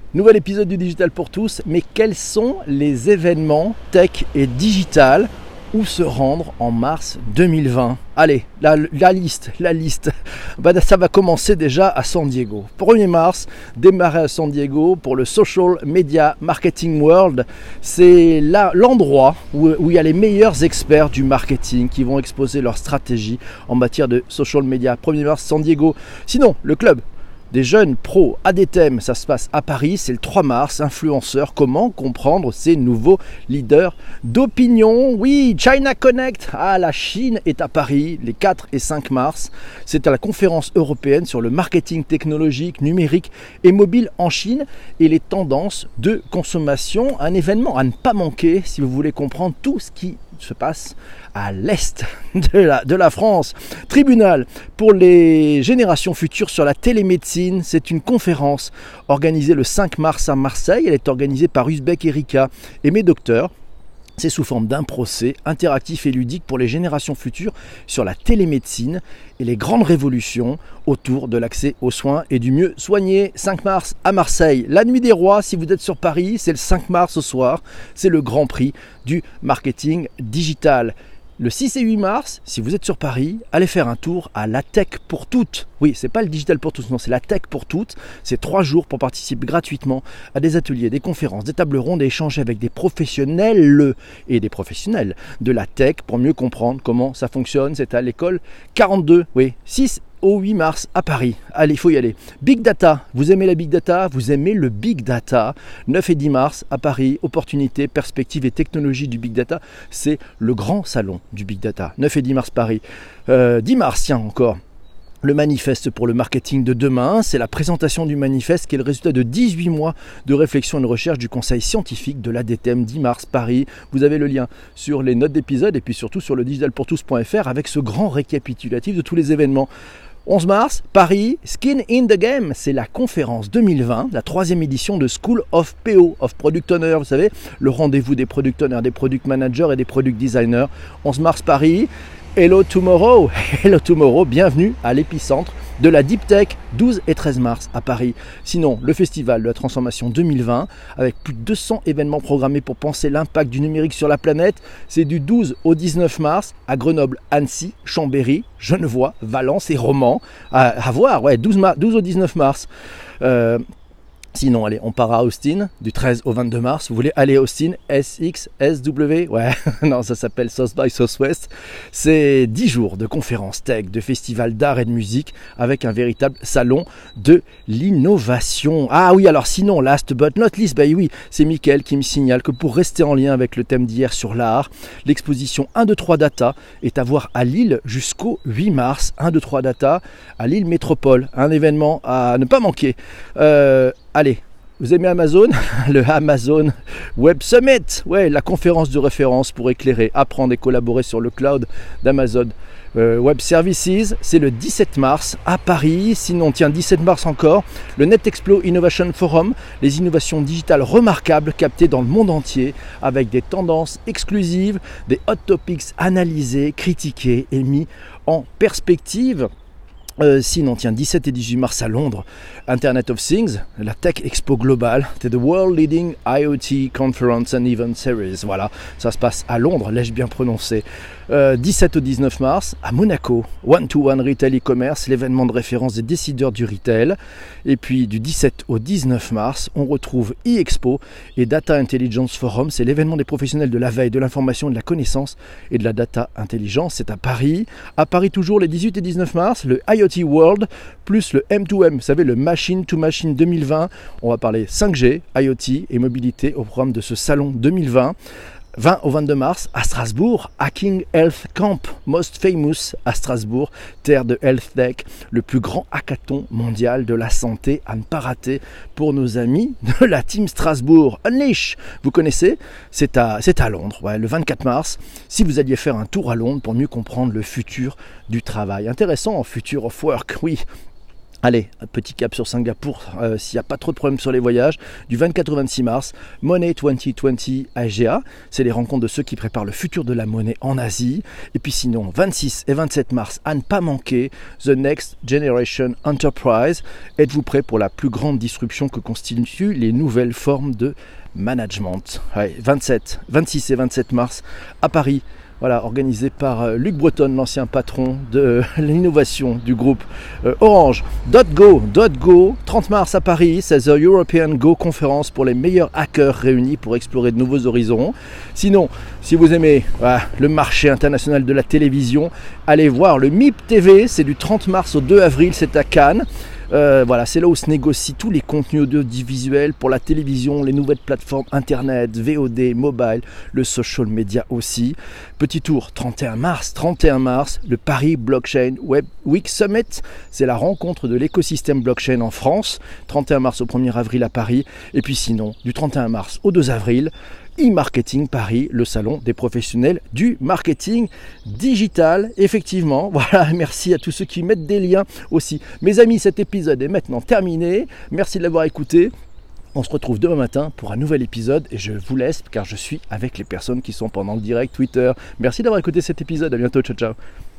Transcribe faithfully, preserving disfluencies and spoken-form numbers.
Nouvel épisode du Digital pour tous, mais quels sont les événements tech et digital où se rendre en mars deux mille vingt? Allez, la, la liste, la liste, bah, ça va commencer déjà à San Diego. premier mars, démarrer à San Diego pour le Social Media Marketing World. C'est là l'endroit où, où il y a les meilleurs experts du marketing qui vont exposer leur stratégie en matière de social media. premier mars, San Diego. Sinon, le club des jeunes pros à des thèmes, ça se passe à Paris, c'est le trois mars, influenceurs, comment comprendre ces nouveaux leaders d'opinion. Oui, China Connect, ah la Chine est à Paris les quatre et cinq mars, c'est à la conférence européenne sur le marketing technologique, numérique et mobile en Chine et les tendances de consommation, un événement à ne pas manquer si vous voulez comprendre tout ce qui se passe à l'est de la, de la France. Tribunal pour les générations futures sur la télémédecine, c'est une conférence organisée le cinq mars à Marseille. Elle est organisée par Uzbek Erika et mes docteurs. C'est sous forme d'un procès interactif et ludique pour les générations futures sur la télémédecine et les grandes révolutions autour de l'accès aux soins et du mieux soigner. cinq mars à Marseille. La Nuit des Rois, si vous êtes sur Paris, c'est le cinq mars au soir. C'est le Grand Prix du marketing digital. Le six et huit mars, si vous êtes sur Paris, allez faire un tour à la Tech pour toutes. Oui, c'est pas le digital pour tous, non, c'est la Tech pour toutes. C'est trois jours pour participer gratuitement à des ateliers, des conférences, des tables rondes et échanger avec des professionnels et des professionnels de la tech pour mieux comprendre comment ça fonctionne. C'est à l'école quarante-deux, oui, six au huit mars à Paris. Allez, il faut y aller. Big Data, vous aimez la Big Data? Vous aimez le Big Data? neuf et dix mars à Paris, opportunités, perspectives et technologies du Big Data. C'est le grand salon du Big Data. neuf et dix mars Paris. Euh, dix mars, tiens encore. Le manifeste pour le marketing de demain, c'est la présentation du manifeste qui est le résultat de dix-huit mois de réflexion et de recherche du conseil scientifique de l'A D T E M. dix mars Paris. Vous avez le lien sur les notes d'épisode et puis surtout sur le digital pour tous point f r avec ce grand récapitulatif de tous les événements. onze mars, Paris, Skin in the Game, c'est la conférence deux mille vingt, la troisième édition de School of P O, of Product Owner, vous savez, le rendez-vous des product owners, des product managers et des product designers. onze mars, Paris. Hello Tomorrow, Hello Tomorrow, bienvenue à l'épicentre de la Deep Tech, douze et treize mars à Paris. Sinon, le festival de la transformation deux mille vingt, avec plus de deux cents événements programmés pour penser l'impact du numérique sur la planète, c'est du douze au dix-neuf mars à Grenoble, Annecy, Chambéry, Genevois, Valence et Romans. À, à voir, ouais, douze, douze au dix-neuf mars. Euh, Sinon, allez, on part à Austin, du treize au vingt-deux mars. Vous voulez aller à Austin, S X S W? Ouais, non, ça s'appelle South by Southwest. C'est dix jours de conférences tech, de festivals d'art et de musique, avec un véritable salon de l'innovation. Ah oui, alors sinon, last but not least, bah oui, c'est Mickaël qui me signale que pour rester en lien avec le thème d'hier sur l'art, l'exposition un deux trois Data est à voir à Lille jusqu'au huit mars. un deux trois Data à Lille Métropole, un événement à ne pas manquer. Euh, Allez, vous aimez Amazon? Le Amazon Web Summit, ouais, la conférence de référence pour éclairer, apprendre et collaborer sur le cloud d'Amazon euh, Web Services, c'est le dix-sept mars à Paris. Sinon, tiens, dix-sept mars encore, le NetExplo Innovation Forum, les innovations digitales remarquables captées dans le monde entier, avec des tendances exclusives, des hot topics analysés, critiqués et mis en perspective. Euh, sinon, tiens, dix-sept et dix-huit mars à Londres, Internet of Things, la Tech Expo Global, c'est The World Leading I O T Conference and Event Series. Voilà, ça se passe à Londres, l'ai-je bien prononcé. Euh, dix-sept au dix-neuf mars, à Monaco, One-to-One Retail e-commerce, l'événement de référence des décideurs du retail. Et puis du dix-sept au dix-neuf mars, on retrouve e-Expo et Data Intelligence Forum, c'est l'événement des professionnels de la veille, de l'information, de la connaissance et de la data intelligence. C'est à Paris. À Paris toujours les dix-huit et dix-neuf mars, le I O T World plus le M deux M, vous savez, le Machine to Machine deux mille vingt. On va parler cinq G, I O T et mobilité au programme de ce salon deux mille vingt. vingt au vingt-deux mars à Strasbourg, Hacking Health Camp, Most Famous à Strasbourg, terre de Health Tech, le plus grand hackathon mondial de la santé à ne pas rater pour nos amis de la team Strasbourg. Unleash, vous connaissez? C'est à, c'est à Londres, ouais, le vingt-quatre mars, si vous alliez faire un tour à Londres pour mieux comprendre le futur du travail. Intéressant, future of work, oui. Allez, un petit cap sur Singapour, euh, s'il n'y a pas trop de problèmes sur les voyages, du vingt-quatre au vingt-six mars, Money vingt vingt à G A, c'est les rencontres de ceux qui préparent le futur de la monnaie en Asie. Et puis sinon, vingt-six et vingt-sept mars, à ne pas manquer, The Next Generation Enterprise. Êtes-vous prêts pour la plus grande disruption que constituent les nouvelles formes de management? Ouais, vingt-sept, vingt-six et vingt-sept mars à Paris. Voilà, organisé par Luc Breton, l'ancien patron de l'innovation du groupe euh, Orange. .go, .go, trente mars à Paris, c'est The European Go Conference pour les meilleurs hackers réunis pour explorer de nouveaux horizons. Sinon, si vous aimez voilà, le marché international de la télévision, allez voir le M I P T V, c'est du trente mars au deux avril, c'est à Cannes. Euh, voilà, c'est là où se négocient tous les contenus audiovisuels pour la télévision, les nouvelles plateformes internet, V O D, mobile, le social media aussi. Petit tour, trente et un mars, trente et un mars, le Paris Blockchain Web Week Summit, c'est la rencontre de l'écosystème blockchain en France, trente et un mars au premier avril à Paris, et puis sinon, du trente et un mars au deux avril, e-marketing Paris, le salon des professionnels du marketing digital. Effectivement, voilà, merci à tous ceux qui mettent des liens aussi. Mes amis, cet épisode est maintenant terminé. Merci de l'avoir écouté. On se retrouve demain matin pour un nouvel épisode et je vous laisse car je suis avec les personnes qui sont pendant le direct Twitter. Merci d'avoir écouté cet épisode. À bientôt. Ciao, ciao.